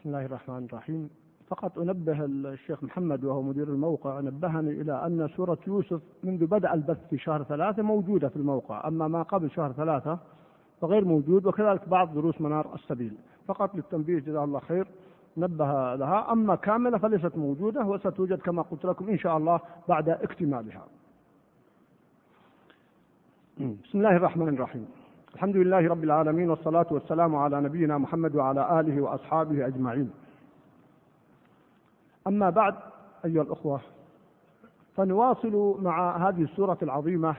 بسم الله الرحمن الرحيم. فقط أنبه الشيخ محمد وهو مدير الموقع، نبهني إلى أن سورة يوسف منذ بدأ البث في شهر 3 موجودة في الموقع، أما ما قبل شهر 3 فغير موجود، وكذلك بعض دروس منار السبيل. فقط للتنبيه جزاه الله خير نبه لها، أما كاملة فليست موجودة وستوجد كما قلت لكم إن شاء الله بعد اكتمالها. بسم الله الرحمن الرحيم. الحمد لله رب العالمين، والصلاة والسلام على نبينا محمد وعلى آله وأصحابه أجمعين. أما بعد أيها الأخوة، فنواصل مع هذه السورة العظيمة،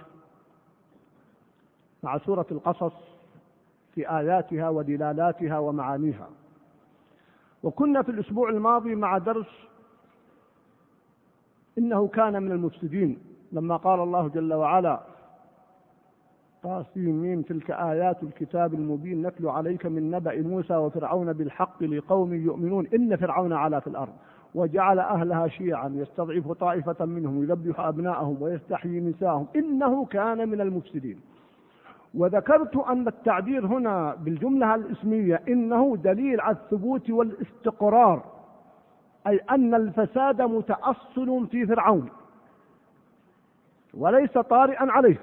مع سورة القصص في آياتها ودلالاتها ومعانيها. وكنا في الأسبوع الماضي مع درس إنه كان من المفسدين، لما قال الله جل وعلا: طاسيم تلك آيات الكتاب المبين نتلو عليك من نبأ موسى وفرعون بالحق لقوم يؤمنون إن فرعون علا في الأرض وجعل أهلها شيعا يستضعف طائفة منهم يذبح أبناءهم ويستحيي نساءهم إنه كان من المفسدين. وذكرت أن التعبير هنا بالجملة الاسمية إنه دليل على الثبوت والاستقرار، أي أن الفساد متأصل في فرعون وليس طارئا عليه.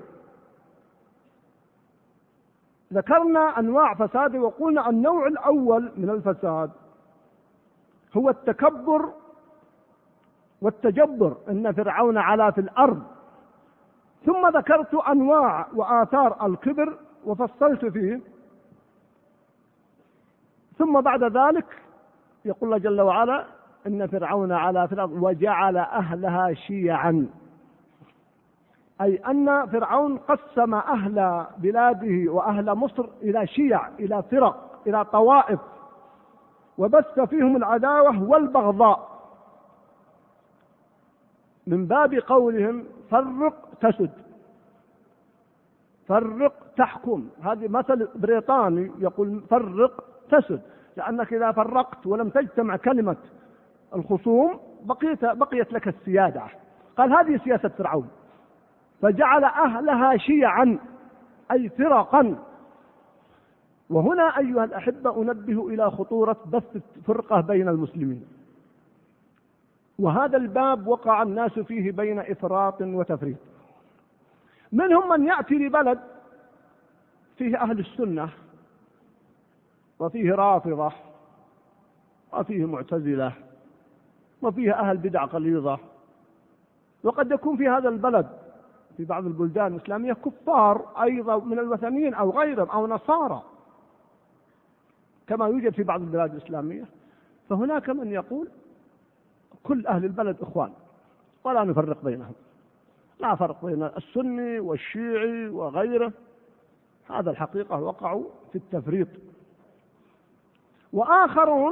ذكرنا أنواع فساد وقلنا النوع الأول من الفساد هو التكبر والتجبر، إن فرعون علا في الأرض. ثم ذكرت أنواع وآثار الكبر وفصلت فيه. ثم بعد ذلك يقول الله جل وعلا: إن فرعون علا في الأرض وجعل أهلها شيعا، أي أن فرعون قسم أهل بلاده وأهل مصر إلى شيع، إلى فرق، إلى طوائف، وبث فيهم العداوة والبغضاء، من باب قولهم فرق تسد، فرق تحكم. هذه مثل بريطاني يقول فرق تسد، لأنك إذا فرقت ولم تجتمع كلمة الخصوم بقيت لك السيادة. قال هذه سياسة فرعون، فجعل أهلها شيعا أي فرقا. وهنا أيها الأحبة أنبه إلى خطورة بث الفرقة بين المسلمين، وهذا الباب وقع الناس فيه بين إفراط وتفريط. منهم من يأتي لبلد فيه أهل السنة وفيه رافضة وفيه معتزلة وفيه أهل بدع غليظة، وقد يكون في هذا البلد في بعض البلدان الإسلامية كفار أيضا من الوثنيين أو غيرهم أو نصارى كما يوجد في بعض البلاد الإسلامية. فهناك من يقول كل أهل البلد إخوان ولا نفرق بينهم، لا فرق بين السني والشيعي وغيره. هذا الحقيقة وقعوا في التفريط. وآخرون،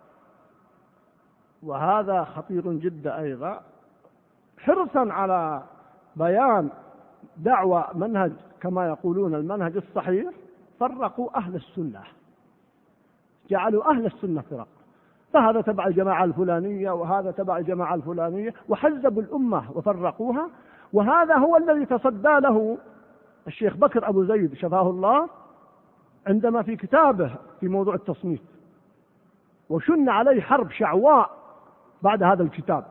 وهذا خطير جدا أيضا، حرصا على بيان دعوة منهج كما يقولون المنهج الصحيح، فرقوا أهل السنة، جعلوا أهل السنة فرق، فهذا تبع الجماعة الفلانية وهذا تبع الجماعة الفلانية، وحزبوا الأمة وفرقوها. وهذا هو الذي تصدى له الشيخ بكر أبو زيد شفاه الله عندما في كتابه في موضوع التصنيف، وشن عليه حرب شعواء بعد هذا الكتاب.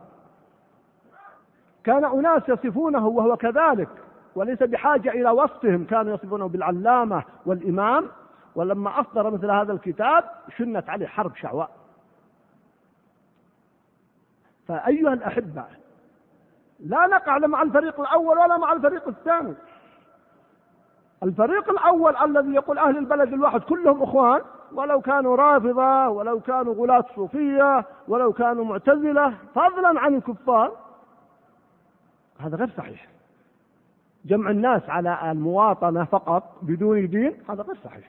كان أناس يصفونه وهو كذلك وليس بحاجة إلى وصفهم، كانوا يصفونه بالعلامة والإمام، ولما أصدر مثل هذا الكتاب شنت عليه حرب شعواء. فأيها الأحبة، لا نقع مع الفريق الأول ولا مع الفريق الثاني. الفريق الأول الذي يقول أهل البلد الواحد كلهم إخوان، ولو كانوا رافضة ولو كانوا غلاة صوفية ولو كانوا معتزلة، فضلا عن الكفار، هذا غير صحيح. جمع الناس على المواطنة فقط بدون دين هذا غير صحيح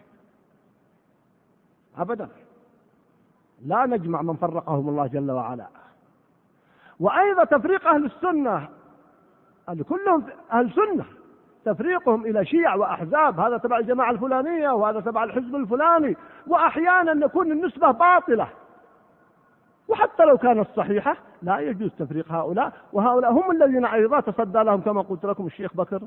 أبدا. لا نجمع من فرقهم الله جل وعلا. وأيضا تفريق أهل السنة، كلهم أهل سنة، تفريقهم إلى شيع وأحزاب، هذا تبع الجماعة الفلانية وهذا تبع الحزب الفلاني، وأحيانا نكون النسبة باطلة، وحتى لو كانت صحيحة لا يجوز تفريق هؤلاء. وهؤلاء هم الذين أيضا تصدى لهم كما قلت لكم الشيخ بكر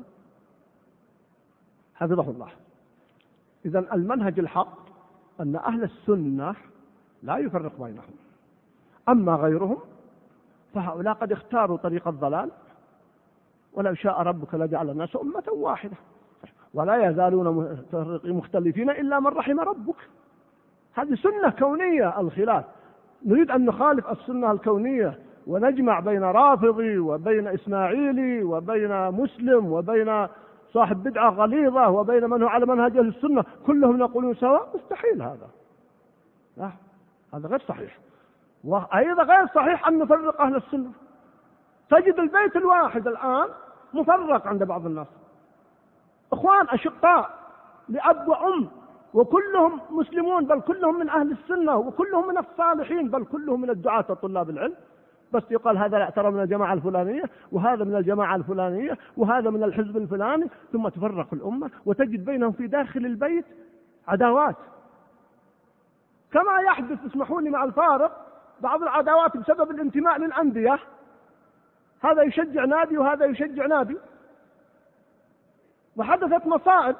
حفظه الله. إذن المنهج الحق أن أهل السنة لا يفرق بينهم. أما غيرهم فهؤلاء قد اختاروا طريق الضلال، ولو شاء ربك لجعل الناس أمة واحدة ولا يزالون مختلفين إلا من رحم ربك. هذه سنة كونية الخلاف. نريد أن نخالف السنة الكونية ونجمع بين رافضي وبين إسماعيلي وبين مسلم وبين صاحب بدعة غليظة وبين من هو على منهج أهل السنة كلهم يقولون سواء. مستحيل هذا. لا، هذا غير صحيح. وأيضا غير صحيح أن نفرق أهل السنة. تجد البيت الواحد الآن مفرق عند بعض الناس، إخوان أشقاء لأب وأم وكلهم مسلمون، بل كلهم من أهل السنة وكلهم من الصالحين، بل كلهم من الدعاة وطلاب العلم، بس يقال هذا لا ترى من الجماعة الفلانية وهذا من الجماعة الفلانية وهذا من الحزب الفلاني، ثم تفرق الأمة وتجد بينهم في داخل البيت عداوات، كما يحدث اسمحوا لي مع الفارق بعض العداوات بسبب الانتماء للأندية، هذا يشجع نادي وهذا يشجع نادي، وحدثت مصائب.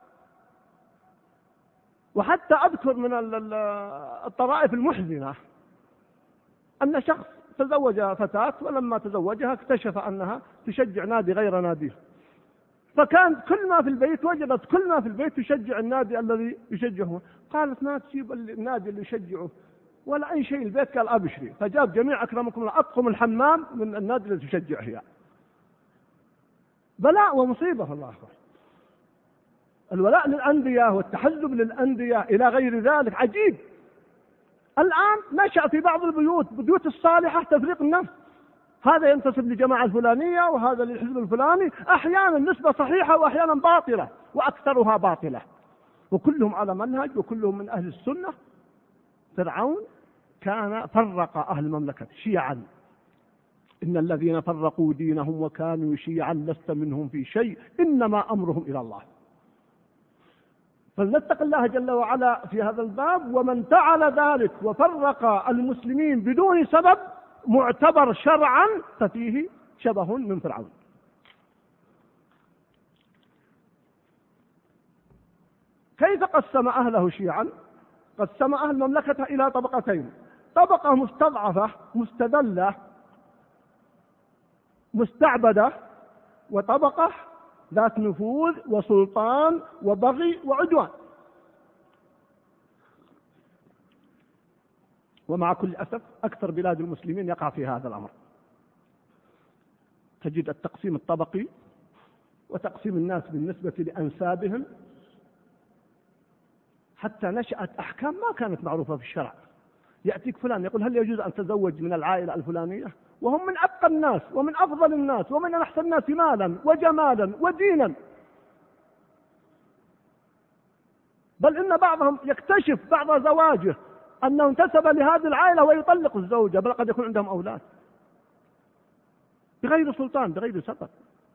وحتى أذكر من الطرائف المحزنة أن شخص تزوج فتاة، ولما تزوجها اكتشف أنها تشجع نادي غير ناديه، فكان كل ما في البيت وجدت كل ما في البيت تشجع النادي الذي يشجعه. قالت ما تجيب النادي اللي يشجعه ولا أي شيء البيت، قال أبشري، فجاب جميع أكرمكم الله أطقم الحمام من النادي اللي تشجعه يعني. بلاء ومصيبة الله أكبر. الولاء للأندية والتحزب للأندية إلى غير ذلك عجيب. الآن نشأ في بعض البيوت، بيوت الصالحة، تفريق النفس، هذا ينتسب لجماعة الفلانية وهذا للحزب الفلاني، أحيانا نسبة صحيحة وأحيانا باطلة وأكثرها باطلة، وكلهم على منهج وكلهم من أهل السنة. فرعون كان فرق أهل المملكة شيعا، إن الذين فرقوا دينهم وكانوا شيعا لست منهم في شيء إنما أمرهم إلى الله. فلنتق الله جل وعلا في هذا الباب. ومن فعل ذلك وفرق المسلمين بدون سبب معتبر شرعا ففيه شبه من فرعون. كيف قسم أهله شيعا؟ قسم أهل المملكة إلى طبقتين: طبقة مستضعفة مستذلة مستعبدة، وطبقة ذات نفوذ وسلطان وبغي وعدوان. ومع كل أسف أكثر بلاد المسلمين يقع في هذا الأمر. تجد التقسيم الطبقي وتقسيم الناس بالنسبة لأنسابهم، حتى نشأت أحكام ما كانت معروفة في الشرع. يأتيك فلان يقول هل يجوز أن تزوج من العائلة الفلانية، وهم من أتقى الناس ومن أفضل الناس ومن أحسن الناس مالا وجمالا ودينا، بل إن بعضهم يكتشف بعض زواجه أنه انتسب لهذه العائلة ويطلق الزوجة، بل قد يكون عندهم أولاد بغير سلطان بغير سبب.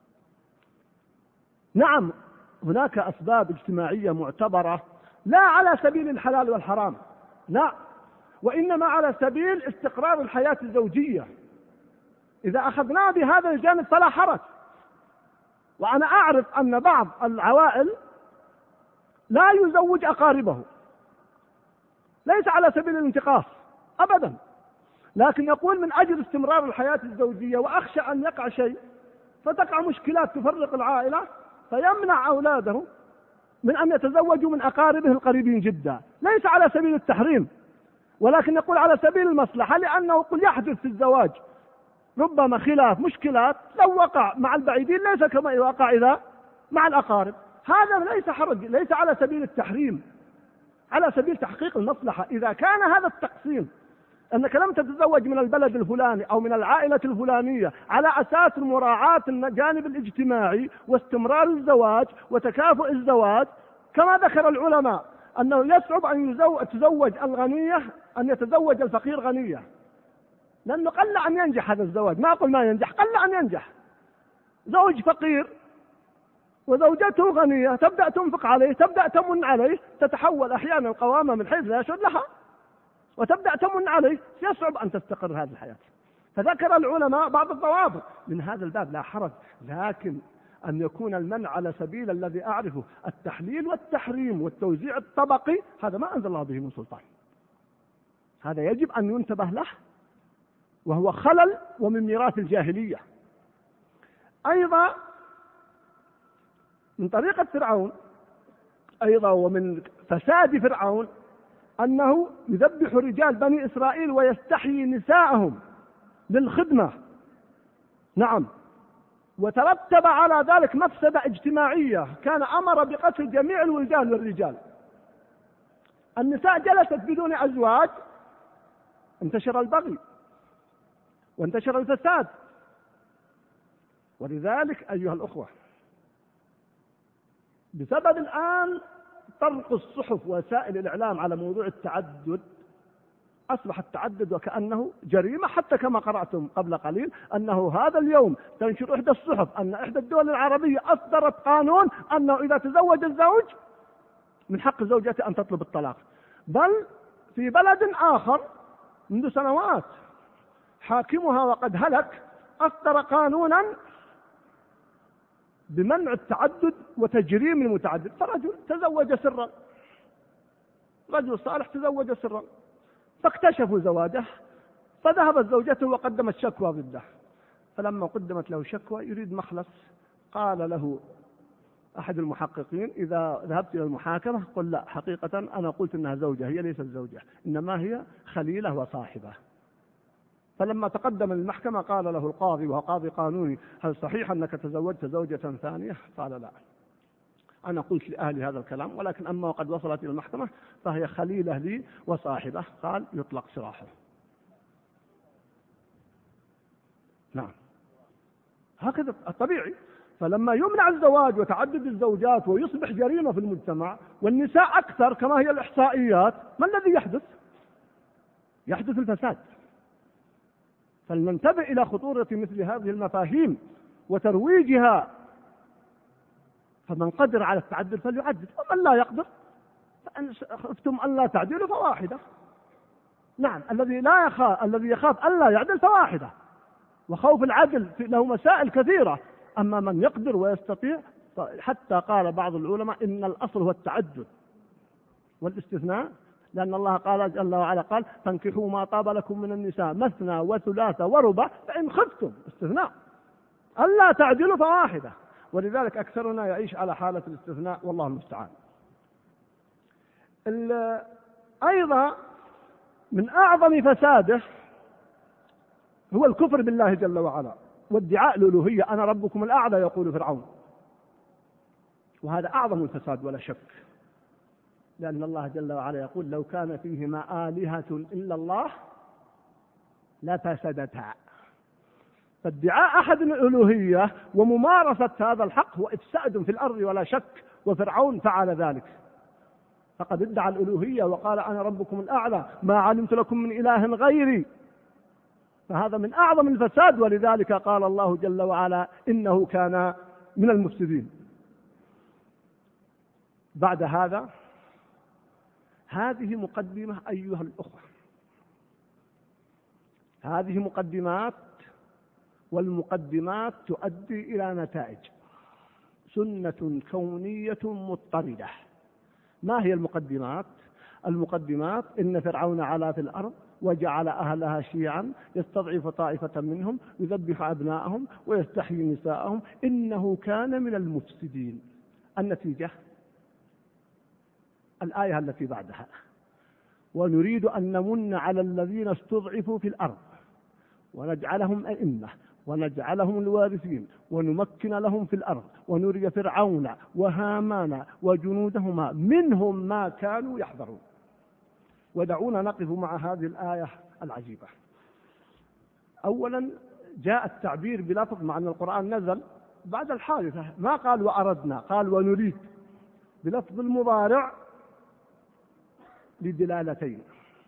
نعم هناك أسباب اجتماعية معتبرة لا على سبيل الحلال والحرام، لا، وإنما على سبيل استقرار الحياة الزوجية. إذا أخذنا بهذا الجانب فلا حرج. وأنا أعرف أن بعض العوائل لا يزوج أقاربه، ليس على سبيل الانتقاص أبدا، لكن يقول من أجل استمرار الحياة الزوجية وأخشى أن يقع شيء فتقع مشكلات تفرق العائلة، فيمنع أولاده من أن يتزوجوا من أقاربه القريبين جدا، ليس على سبيل التحريم، ولكن يقول على سبيل المصلحة، لأنه قل يحدث في الزواج ربما خلاف مشكلات لو وقع مع البعيدين ليس كما يوقع إذا مع الأقارب. هذا ليس حرج، ليس على سبيل التحريم، على سبيل تحقيق المصلحة. إذا كان هذا التقسيم أنك لم تتزوج من البلد الفلاني أو من العائلة الفلانية على أساس مراعاة الجانب الاجتماعي واستمرار الزواج وتكافؤ الزواج، كما ذكر العلماء أنه يصعب أن يتزوج الغنية أن يتزوج الفقير غنية، لأنه قل أن ينجح هذا الزواج، ما أقول ما ينجح، قل أن ينجح. زوج فقير وزوجته غنية تبدأ تنفق عليه، تبدأ تمن عليه، تتحول أحيانا القوامة من حيث لا يشهد لها وتبدأ تمن عليه، يصعب أن تستقر هذه الحياة. فذكر العلماء بعض الضوابط من هذا الباب، لا حرج، لكن أن يكون المنع على سبيل الذي أعرفه التحليل والتحريم والتوزيع الطبقي، هذا ما أنزل الله به من سلطان، هذا يجب أن ينتبه له، وهو خلل ومن ميراث الجاهلية. أيضا من طريقة فرعون أيضا ومن فساد فرعون أنه يذبح رجال بني إسرائيل ويستحيي نساءهم للخدمة. نعم، وترتب على ذلك مفسدة اجتماعية، كان أمر بقتل جميع الولدان والرجال. النساء جلست بدون أزواج، انتشر البغي وانتشر الفساد. ولذلك أيها الأخوة، بسبب الآن طرق الصحف ووسائل الإعلام على موضوع التعدد، أصبح التعدد وكأنه جريمة، حتى كما قرأتم قبل قليل أنه هذا اليوم تنشر إحدى الصحف أن إحدى الدول العربية أصدرت قانون أنه إذا تزوج الزوج من حق زوجته أن تطلب الطلاق. بل في بلد آخر منذ سنوات حاكمها وقد هلك أصدر قانونا بمنع التعدد وتجريم المتعدد. فرجل تزوج سرا، رجل صالح تزوج سرا، فاكتشفوا زواجه، فذهبت زوجته وقدمت شكوى ضده. فلما قدمت له شكوى يريد مخلص، قال له أحد المحققين: إذا ذهبت إلى المحاكمة قل لا، حقيقة أنا قلت إنها زوجة، هي ليست زوجة، إنما هي خليلة وصاحبة. فلما تقدم للمحكمة قال له القاضي، وهو قاضي قانوني: هل صحيح أنك تزوجت زوجة ثانية؟ قال لا، أنا قلت لأهلي هذا الكلام، ولكن أما وقد وصلت إلى المحكمة فهي خليلة لي وصاحبة. قال: يطلق سراحه. نعم، هكذا الطبيعي. فلما يمنع الزواج وتعدد الزوجات ويصبح جريمة في المجتمع والنساء أكثر كما هي الإحصائيات، ما الذي يحدث؟ يحدث الفساد. فلننتبه إلى خطورة مثل هذه المفاهيم وترويجها. فمن قدر على التعدد فليعدد، ومن لا يقدر فإن خفتم أن لا تعدلوا فواحدة. نعم، الذي يخاف أن لا يعدل فواحدة. وخوف العدل له مسائل كثيرة. أما من يقدر ويستطيع، حتى قال بعض العلماء إن الأصل هو التعدد والاستثناء، لأن الله قال جل وعلا قال: فانكحوا ما طاب لكم من النساء مثنى وثلاث ورباع فإن خفتم، استثناء، ألا تعدلوا فواحدة. ولذلك أكثرنا يعيش على حالة الاستثناء، والله المستعان. أيضا من أعظم فساده هو الكفر بالله جل وعلا وادعاء الألوهية. أنا ربكم الأعلى يقول فرعون، وهذا أعظم الفساد ولا شك، لأن الله جل وعلا يقول: لو كان فيهما آلهة إلا الله لفسدتا. فادعاء أحد الألوهية وممارسة هذا الحق هو إفساد في الأرض ولا شك، وفرعون فعل ذلك، فقد ادعى الألوهية وقال: أنا ربكم الأعلى ما علمت لكم من إله غيري. فهذا من أعظم الفساد، ولذلك قال الله جل وعلا: إنه كان من المفسدين. بعد هذا، هذه مقدمة أيها الأخوة، هذه مقدمات، والمقدمات تؤدي إلى نتائج، سنة كونية مضطردة. ما هي المقدمات؟ المقدمات: إن فرعون علا في الأرض وجعل أهلها شيعا يستضعف طائفة منهم يذبح أبناءهم ويستحيي نساءهم إنه كان من المفسدين. النتيجة الآية التي بعدها: ونريد أن نمن على الذين استضعفوا في الأرض ونجعلهم أئمة ونجعلهم الوارثين ونمكن لهم في الأرض ونري فرعون وهامان وجنودهما منهم ما كانوا يحذرون. ودعونا نقف مع هذه الآية العجيبة. أولا، جاء التعبير بلفظ، مع أن القرآن نزل بعد الحادثة، ما قال وأردنا، قال ونريد بلفظ المضارع لدلالتين.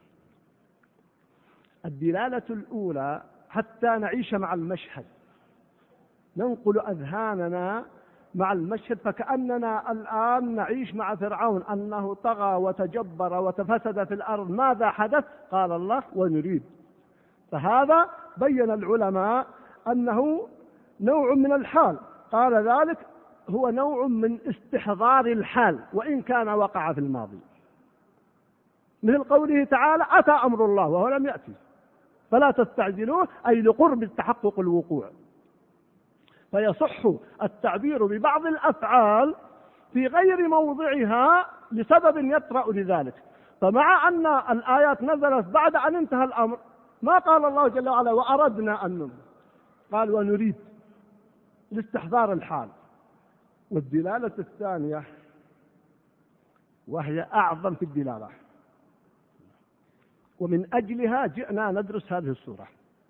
الدلالة الأولى حتى نعيش مع المشهد، ننقل أذهاننا مع المشهد، فكأننا الآن نعيش مع فرعون أنه طغى وتجبر وتفسد في الأرض. ماذا حدث؟ قال الله ونريد. فهذا بين العلماء أنه نوع من الحال، قال ذلك هو نوع من استحضار الحال وإن كان وقع في الماضي. مثل قوله تعالى أتى أمر الله وهو لم يأتي فلا تستعجلوه، أي لقرب التحقق الوقوع. فيصح التعبير ببعض الأفعال في غير موضعها لسبب يطرأ لذلك. فمع أن الآيات نزلت بعد أن انتهى الأمر ما قال الله جل وعلا وأردنا أن ننزل، قال ونريد لاستحضار الحال. والدلالة الثانية وهي أعظم في الدلالة، ومن أجلها جئنا ندرس هذه السورة.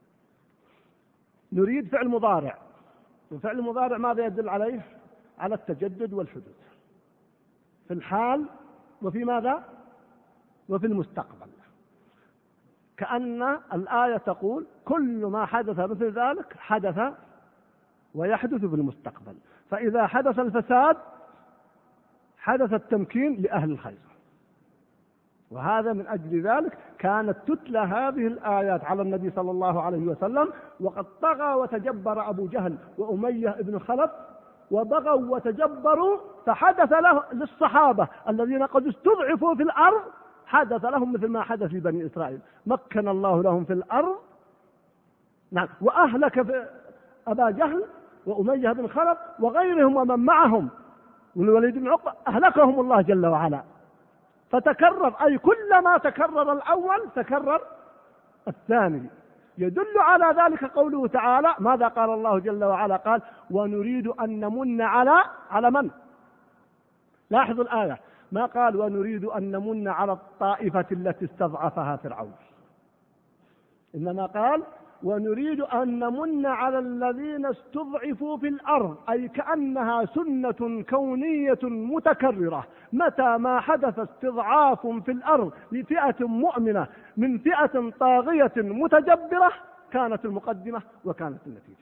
نريد فعل مضارع، وفعل المضارع ماذا يدل عليه؟ على التجدد والحدوث في الحال وفي ماذا؟ وفي المستقبل. كأن الآية تقول كل ما حدث مثل ذلك حدث ويحدث في المستقبل. فإذا حدث الفساد حدث التمكين لأهل الخير. وهذا من أجل ذلك كانت تتلى هذه الآيات على النبي صلى الله عليه وسلم، وقد طغى وتجبر أبو جهل وأمية بن خلف، وبغوا وتجبروا، فحدث للصحابة الذين قد استضعفوا في الأرض حدث لهم مثل ما حدث لبني إسرائيل، مكن الله لهم في الأرض. نعم، وأهلك أبا جهل وأمية بن خلف وغيرهم ومن معهم من الوليد بن عقبة، أهلكهم الله جل وعلا. فتكرر، أي كلما تكرر الأول تكرر الثاني. يدل على ذلك قوله تعالى، ماذا قال الله جل وعلا؟ قال ونريد أن نمن على من؟ لاحظوا الآية، ما قال ونريد أن نمن على الطائفة التي استضعفها فرعون، إنما قال ونريد أن نمن على الذين استضعفوا في الأرض، أي كأنها سنة كونية متكررة. متى ما حدث استضعاف في الأرض لفئة مؤمنة من فئة طاغية متجبرة كانت المقدمة وكانت النتيجة.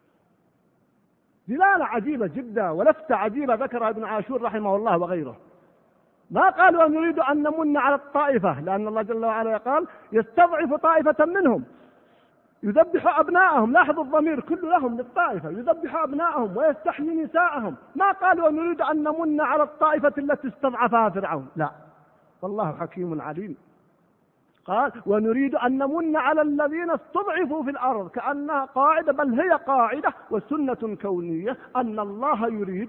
دلالة عجيبة جدا ولفتة عجيبة ذكرها ابن عاشور رحمه الله وغيره. ما قال ونريد أن نمن على الطائفة، لأن الله جل وعلا قال يستضعف طائفة منهم يذبح أبناءهم. لاحظوا الضمير كله لهم للطائفة، يذبح أبناءهم ويستحيي نساءهم. ما قال ونريد أن نمن على الطائفة التي استضعفها فرعون، لا، والله حكيم عليم. قال ونريد أن نمن على الذين استضعفوا في الأرض، كأنها قاعدة، بل هي قاعدة وسنة كونية أن الله يريد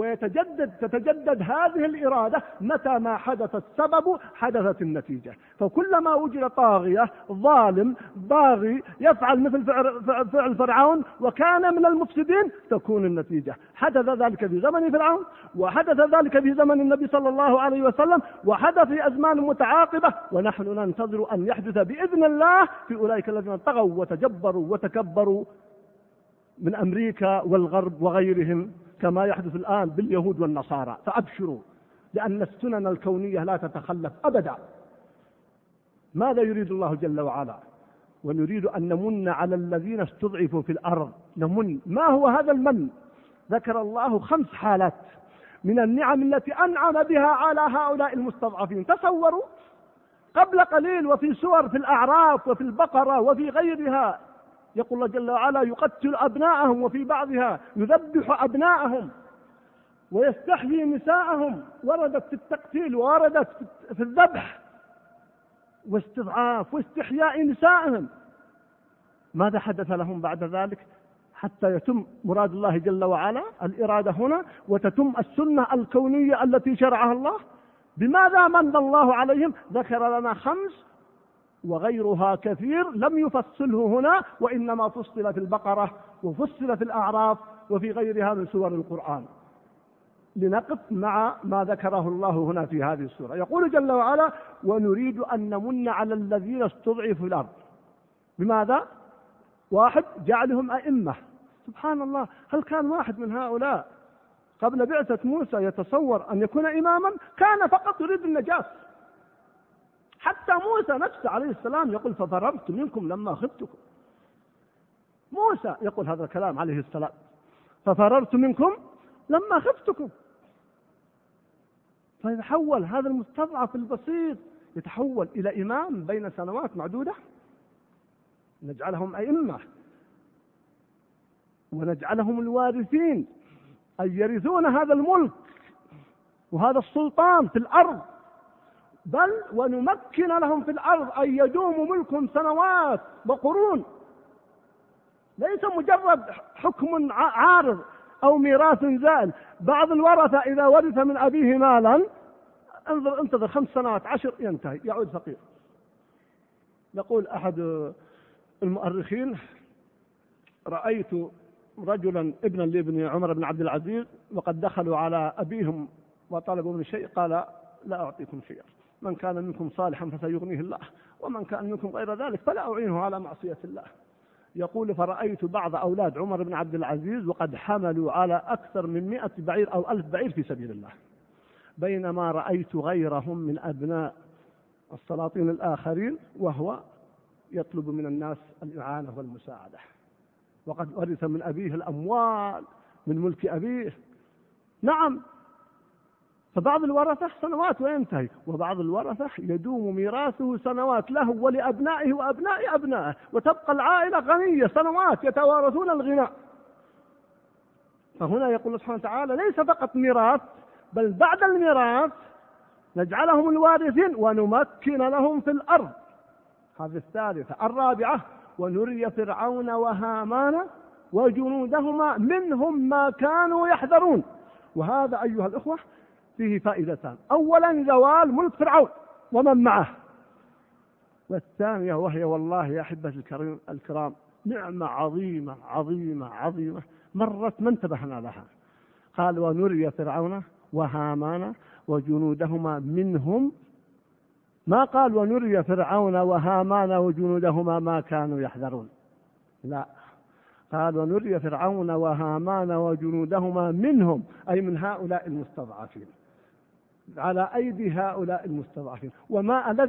تتجدد هذه الإرادة. متى ما حدث السبب حدثت النتيجة. فكلما وجد طاغية ظالم باغي يفعل مثل فعل فرعون وكان من المفسدين تكون النتيجة. حدث ذلك في زمن فرعون، وحدث ذلك في زمن النبي صلى الله عليه وسلم، وحدث في أزمان متعاقبة، ونحن ننتظر أن يحدث بإذن الله في أولئك الذين طغوا وتجبروا وتكبروا من أمريكا والغرب وغيرهم، كما يحدث الآن باليهود والنصارى. فأبشروا، لأن السنن الكونية لا تتخلف أبدا. ماذا يريد الله جل وعلا؟ ونريد أن نمن على الذين استضعفوا في الأرض. نمن، ما هو هذا المن؟ ذكر الله 5 حالات من النعم التي أنعم بها على هؤلاء المستضعفين. تصوروا قبل قليل وفي سور في الأعراف وفي البقرة وفي غيرها يقول الله جل وعلا يقتل أبناءهم، وفي بعضها يذبح أبناءهم ويستحيي نساءهم. وردت في التقتيل ووردت في الذبح واستضعاف واستحياء نسائهم. ماذا حدث لهم بعد ذلك حتى يتم مراد الله جل وعلا الإرادة هنا وتتم السنة الكونية التي شرعها الله؟ بماذا من الله عليهم؟ ذكر لنا 5 وغيرها كثير لم يفصله هنا، وإنما فصل في البقرة وفصل في الأعراف وفي غيرها من سور القرآن. لنقف مع ما ذكره الله هنا في هذه السورة. يقول جل وعلا ونريد أن نمن على الذين استضعفوا في الأرض. بماذا؟ 1 جعلهم أئمة. سبحان الله، هل كان واحد من هؤلاء قبل بعثة موسى يتصور أن يكون إماما؟ كان فقط يريد النجاة. حتى موسى نفسه عليه السلام يقول ففررت منكم لما خفتكم. موسى يقول هذا الكلام عليه السلام، ففررت منكم لما خفتكم. فيتحول هذا المستضعف البسيط يتحول إلى إمام بين سنوات معدودة. نجعلهم أئمة ونجعلهم الوارثين، أي يرثون هذا الملك وهذا السلطان في الأرض، بل ونمكن لهم في الأرض أن يدوم ملكهم سنوات وقرون، ليس مجرد حكم عارض أو ميراث زائل. بعض الورثة إذا ورث من أبيه مالا انتظر 5 سنوات 10 ينتهي، يعود فقير. يقول أحد المؤرخين: رأيت رجلا ابنا لابن عمر بن عبد العزيز وقد دخلوا على أبيهم وطلبوا من شيء، قال: لا أعطيكم شيئا، من كان منكم صالحا فسيغنيه الله، ومن كان منكم غير ذلك فلا أعينه على معصية الله. يقول: فرأيت بعض أولاد عمر بن عبد العزيز وقد حملوا على أكثر من 100 بعير أو 1000 بعير في سبيل الله، بينما رأيت غيرهم من أبناء السلاطين الآخرين وهو يطلب من الناس الإعانة والمساعدة، وقد ورث من أبيه الأموال من ملك أبيه. نعم، فبعض الورثة سنوات وينتهي، وبعض الورثة يدوم ميراثه سنوات له ولأبنائه وأبناء أبنائه، وتبقى العائلة غنية سنوات يتوارثون الغناء. فهنا يقول سبحانه وتعالى: ليس فقط ميراث، بل بعد الميراث نجعلهم الوارثين ونمكن لهم في الأرض. هذه الثالثة. الرابعة: ونري فرعون وهامان وجنودهما منهم ما كانوا يحذرون. وهذا أيها الأخوة فيه فائدتان: أولا زوال ملك فرعون ومن معه، والثانية وهي والله يا أحبة الكرام نعمة عظيمة عظيمة عظيمة مرت ما انتبهنا لها. قال: ونري فرعون وهامان وجنودهما منهم، ما قال ونري فرعون وهامان وجنودهما ما كانوا يحذرون، لا، قال: ونري فرعون وهامان وجنودهما منهم، أي من هؤلاء المستضعفين، على أيدي هؤلاء المستضعفين. وما ألذ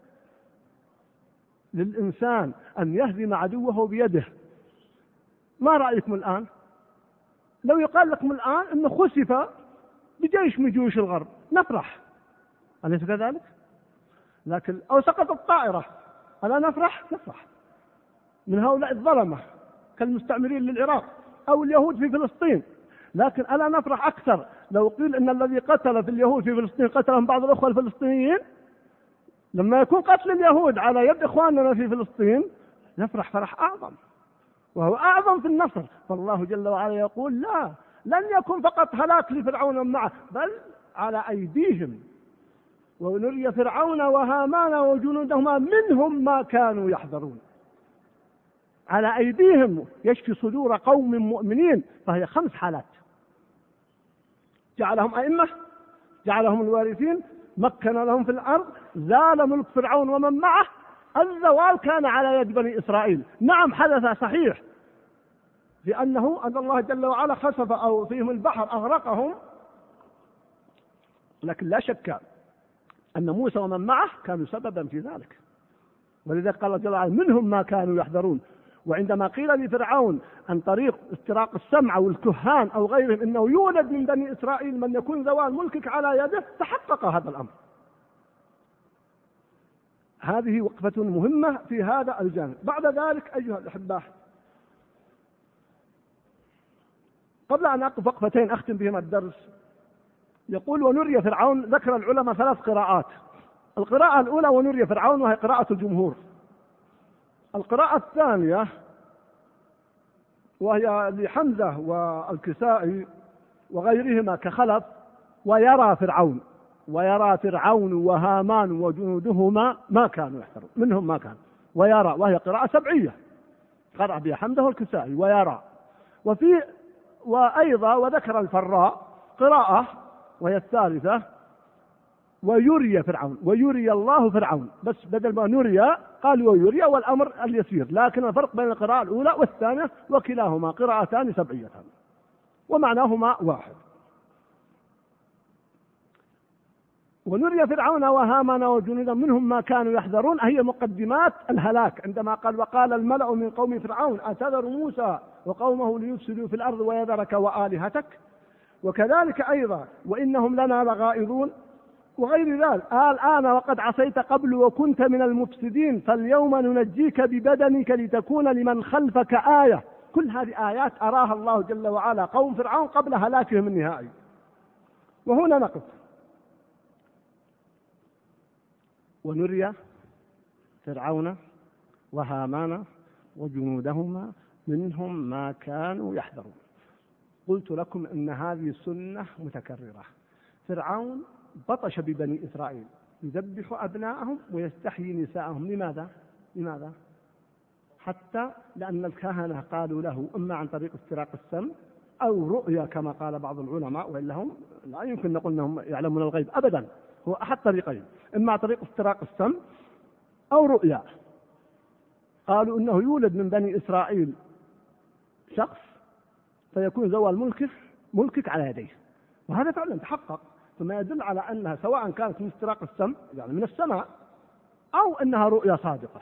للإنسان أن يهزم عدوه بيده. ما رأيكم الآن لو يقال لكم الآن أنه خسف بجيش من جيوش الغرب؟ نفرح، أليس كذلك؟ لكن أو سقطت طائرة، ألا نفرح؟ نفرح من هؤلاء الظلمة كالمستعمرين للعراق أو اليهود في فلسطين. لكن ألا نفرح أكثر لو قيل أن الذي قتل في اليهود في فلسطين قتلهم بعض الأخوة الفلسطينيين؟ لما يكون قتل اليهود على يد إخواننا في فلسطين نفرح فرح أعظم، وهو أعظم في النصر. فالله جل وعلا يقول: لا، لن يكون فقط هلاك لفرعون معه، بل على أيديهم. ونري فرعون وهامان وجنودهما منهم ما كانوا يحذرون، على أيديهم يشفي صدور قوم مؤمنين. فهي 5 حالات: جعلهم أئمة، جعلهم الوارثين، مكن لهم في الأرض، زال ملك فرعون ومن معه. الزوال كان على يد بني إسرائيل، نعم حدث صحيح، لأن الله جل وعلا خسف أو فيهم البحر أغرقهم، لكن لا شك أن موسى ومن معه كانوا سببا في ذلك. ولذلك قال جل وعلا: منهم ما كانوا يحذرون. وعندما قيل لفرعون عن طريق استراق السمع والكهان أو غيرهم إنه يولد من بني إسرائيل من يكون زوال ملكك على يده، تحقق هذا الأمر. هذه وقفة مهمة في هذا الجانب. بعد ذلك أيها الأحبة، قبل أن أقف وقفتين أختم بهما الدرس، يقول: ونري فرعون. ذكر العلماء 3 قراءات. القراءة الأولى ونري فرعون، وهي قراءة الجمهور. القراءة الثانية وهي لحمزة والكسائي وغيرهما كخلف: ويرى فرعون، ويرى فرعون وهامان وجنودهما ما كانوا يحذرون، منهم ما كان. ويرى، وهي قراءة سبعية، قرأ بها حمزة والكسائي: ويرى. وأيضا وذكر الفراء قراءة وهي الثالثة: ويري فرعون، ويري الله فرعون، بس بدل ما نري قال ويري، والأمر اليسير. لكن الفرق بين القراءة الأولى والثانية وكلاهما قراءتان سبعيتان ومعناهما واحد. ونري فرعون وهامان وجنودا منهم ما كانوا يحذرون، هي مقدمات الهلاك. عندما قال: وقال الملأ من قوم فرعون أتذر موسى وقومه ليفسدوا في الأرض ويذرك وآلهتك. وكذلك أيضا: وإنهم لنا لغائظون، وغير ذلك. الآن وقد عصيت قبل وكنت من المفسدين فاليوم ننجيك ببدنك لتكون لمن خلفك آية. كل هذه آيات أراها الله جل وعلا قوم فرعون قبل هلاكهم النهائي. وهنا نقف. ونري فرعون وهامان وجنودهما منهم ما كانوا يحذرون. قلت لكم إن هذه سنة متكررة. فرعون بطش ببني إسرائيل يذبح أبناءهم ويستحيي نساءهم. لماذا؟ حتى لأن الكهنة قالوا له إما عن طريق استراق السم أو رؤيا كما قال بعض العلماء، وإلا هم لا يمكن نقول أنهم يعلمون الغيب أبدا، هو أحد طريقين، إما عن طريق استراق السم أو رؤيا. قالوا إنه يولد من بني إسرائيل شخص فيكون زوال ملكك على يديه، وهذا فعلا تحقق، ثم يدل على أنها سواء كانت من استراق السم يعني من السماء أو أنها رؤيا صادقة.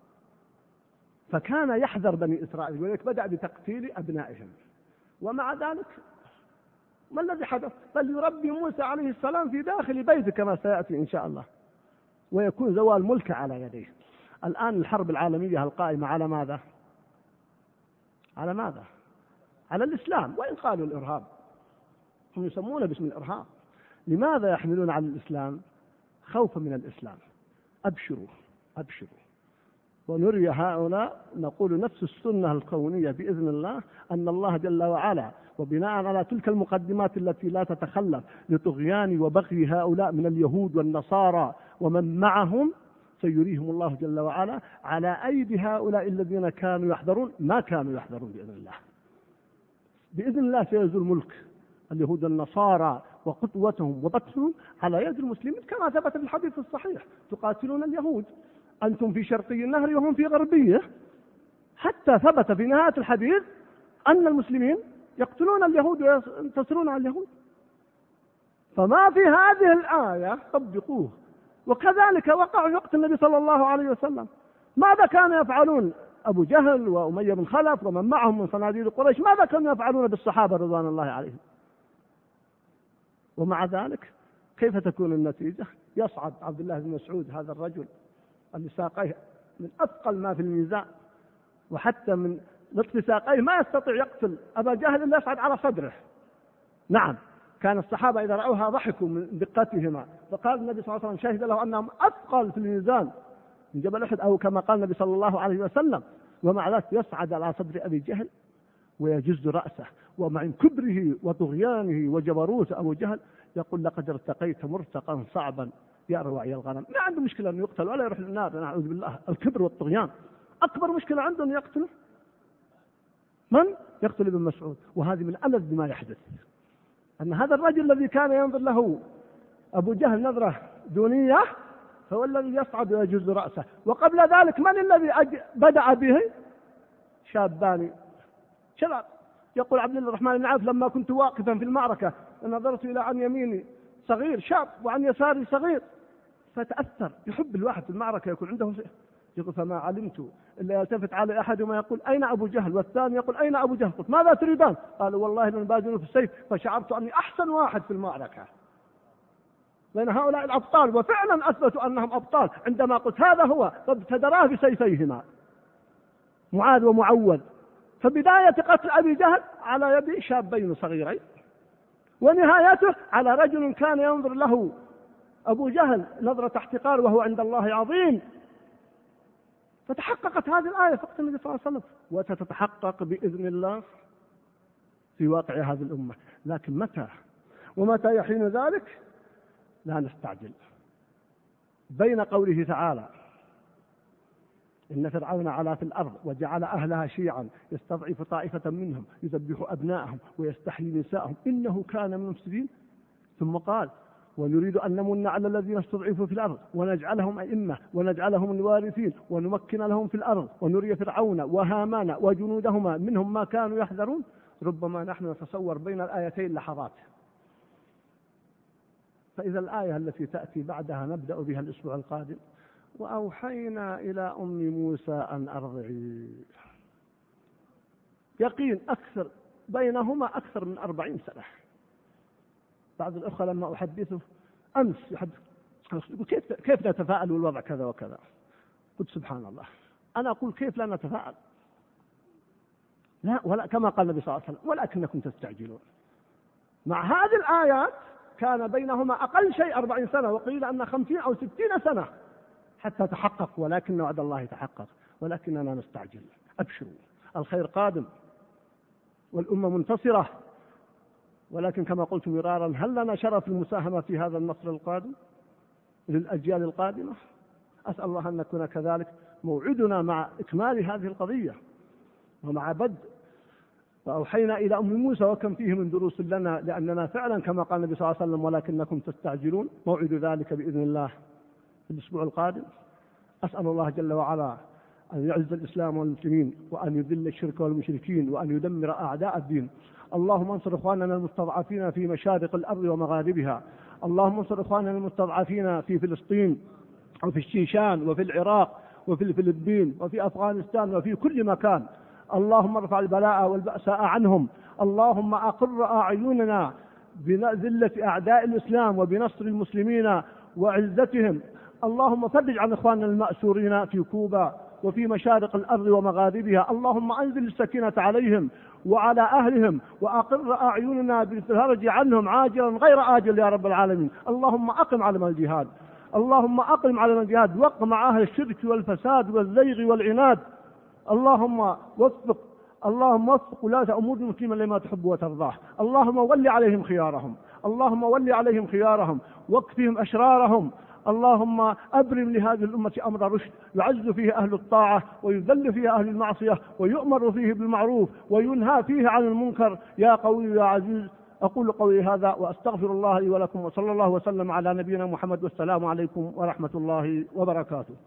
فكان يحذر بني إسرائيل، ولذلك بدأ بتقتيل أبنائهم. ومع ذلك ما الذي حدث؟ بل يربي موسى عليه السلام في داخل بيته كما سيأتي إن شاء الله، ويكون زوال ملكه على يديه. الآن الحرب العالمية القائمة على ماذا؟ على الإسلام، وإن قالوا الإرهاب، هم يسمونه باسم الإرهاب. لماذا يحملون على الإسلام؟ خوفا من الإسلام. أبشروا ونري هؤلاء، نقول نفس السنة الكونية بإذن الله، أن الله جل وعلا وبناء على تلك المقدمات التي لا تتخلف لطغيان وبغي هؤلاء من اليهود والنصارى ومن معهم، سيريهم الله جل وعلا على أيدي هؤلاء الذين كانوا يحذرون ما كانوا يحذرون بإذن الله سيزول ملك اليهود والنصارى وقطوتهم وبطشهم على يد المسلمين، كما ثبت في الحديث الصحيح: تقاتلون اليهود أنتم في شرقي النهر وهم في غربيه. حتى ثبت في نهاية الحديث أن المسلمين يقتلون اليهود وينتصرون على اليهود. فما في هذه الآية طبقوه. وكذلك وقع في وقت النبي صلى الله عليه وسلم. ماذا كانوا يفعلون أبو جهل وأمية بن خلف ومن معهم من صناديد قريش؟ ماذا كانوا يفعلون بالصحابة رضوان الله عليهم؟ ومع ذلك كيف تكون النتيجة؟ يصعد عبد الله بن مسعود، هذا الرجل اللي ساقيه من أثقل ما في الميزان، وحتى من نطف ساقيه ما يستطيع يقتل أبا جهل إلا يصعد على صدره. نعم، كان الصحابة إذا رأوها ضحكوا من دقتهما، فقال النبي صلى الله عليه وسلم شهد له أنهم أثقل في الميزان من جبل أحد، أو كما قال النبي صلى الله عليه وسلم. ومع ذلك يصعد على صدر أبي جهل ويجز رأسه، ومع كبره وطغيانه وجبروت أبو جهل يقول: لقد ارتقيت مرتقا صعبا يا روعي الغنم. ما عنده مشكلة أن يقتل ولا يروح للنار، نعوذ بالله. الكبر والطغيان أكبر مشكلة عنده، أن يقتله. من يقتل ابن مسعود؟ وهذه من ألذ ما يحدث، أن هذا الرجل الذي كان ينظر له أبو جهل نظرة دونية هو الذي يصعد ويجز رأسه. وقبل ذلك من الذي بدأ به؟ شابان شباب. يقول عبد الرحمن بن عوف: لما كنت واقفا في المعركة نظرت إلى عن يميني صغير شاب وعن يساري صغير، فتأثر. يحب الواحد في المعركة يكون عنده يقول: فما علمت إلا يلتفت على أحدهما يقول: أين أبو جهل؟ والثاني يقول: أين أبو جهل؟ قلت: ماذا تريدان؟ قال: والله لنبادل في السيف. فشعرت أني أحسن واحد في المعركة بين هؤلاء الأبطال، وفعلا أثبتوا أنهم أبطال عندما قلت هذا هو. فابتدراه بسيفيهما معاذ ومعوذ. فبداية قتل أبي جهل على يد شابين صغيرين، ونهايته على رجل كان ينظر له أبو جهل نظرة احتقار وهو عند الله عظيم. فتحققت هذه الآية في وقت النبي صلى الله عليه وسلم، وستتحقق بإذن الله في واقع هذه الأمة. لكن متى يحين ذلك؟ لا نستعجل. بين قوله تعالى: إن فرعون علا في الأرض وجعل أهلها شيعا يستضعف طائفة منهم يذبح أبناءهم ويستحيي نساءهم إنه كان من المفسدين، ثم قال: ونريد أن نمن على الذين استضعفوا في الأرض ونجعلهم أئمة ونجعلهم الوارثين ونمكن لهم في الأرض ونري فرعون وهامان وجنودهما منهم ما كانوا يحذرون. ربما نحن نتصور بين الآيتين لحظات. فإذا الآية التي تأتي بعدها نبدأ بها الأسبوع القادم: وأوحينا إلى أم موسى أن أرضعيه. يقين أكثر بينهما أكثر من 40 سنة. بعض الأخوة لما أحدثه أمس يحدث كيف نتفاعل والوضع كذا وكذا، قلت: سبحان الله. أنا أقول: كيف لا نتفاعل؟ لا، ولا كما قال النبي صلى الله عليه وسلم: ولكنكم تستعجلون. مع هذه الآيات كان بينهما أقل شيء 40 سنة، وقيل أن 50 أو 60 سنة حتى تحقق، ولكن وعد الله تحقق، ولكننا نستعجل. أبشروا، الخير قادم والأمة منتصرة، ولكن كما قلت مرارا، هل لنا شرف المساهمة في هذا النصر القادم للأجيال القادمة؟ أسأل الله أن نكون كذلك. موعدنا مع إكمال هذه القضية ومع بدء. فأوحينا إلى أم موسى وكم فيه من دروس لنا، لأننا فعلا كما قال النبي صلى الله عليه وسلم ولكنكم تستعجلون. موعد ذلك بإذن الله في الأسبوع القادم. أسأل الله جل وعلا أن يعز الإسلام والمسلمين، وأن يذل الشرك والمشركين، وأن يدمر أعداء الدين. اللهم انصر إخواننا المستضعفين في مشارق الأرض ومغاربها. اللهم انصر إخواننا المستضعفين في فلسطين وفي الشيشان وفي العراق وفي الفلبين وفي أفغانستان وفي كل مكان. اللهم ارفع البلاء والبأساء عنهم. اللهم أقر أعيننا بذلة أعداء الإسلام وبنصر المسلمين وعزتهم. اللهم فرج عن إخواننا المأسورين في كوبا وفي مشارق الأرض ومغاربها. اللهم أنزل السكينة عليهم وعلى أهلهم، وأقر أعيننا بالفرج عنهم عاجلا غير آجل يا رب العالمين. اللهم أقم علم الجهاد، اللهم أقم علم الجهاد، وقم أهل الشرك والفساد والزيغ والعناد. اللهم وفق ولاة أمور المسلمين لما تحب وترضاه. اللهم ول عليهم خيارهم، اللهم ول عليهم خيارهم، واكفهم أشرارهم. اللهم أبرم لهذه الأمة أمر رشد، يعز فيه أهل الطاعة ويذل فيه أهل المعصية، ويؤمر فيه بالمعروف وينهى فيه عن المنكر، يا قوي يا عزيز. أقول قولي هذا وأستغفر الله لي ولكم، وصلى الله وسلم على نبينا محمد، والسلام عليكم ورحمة الله وبركاته.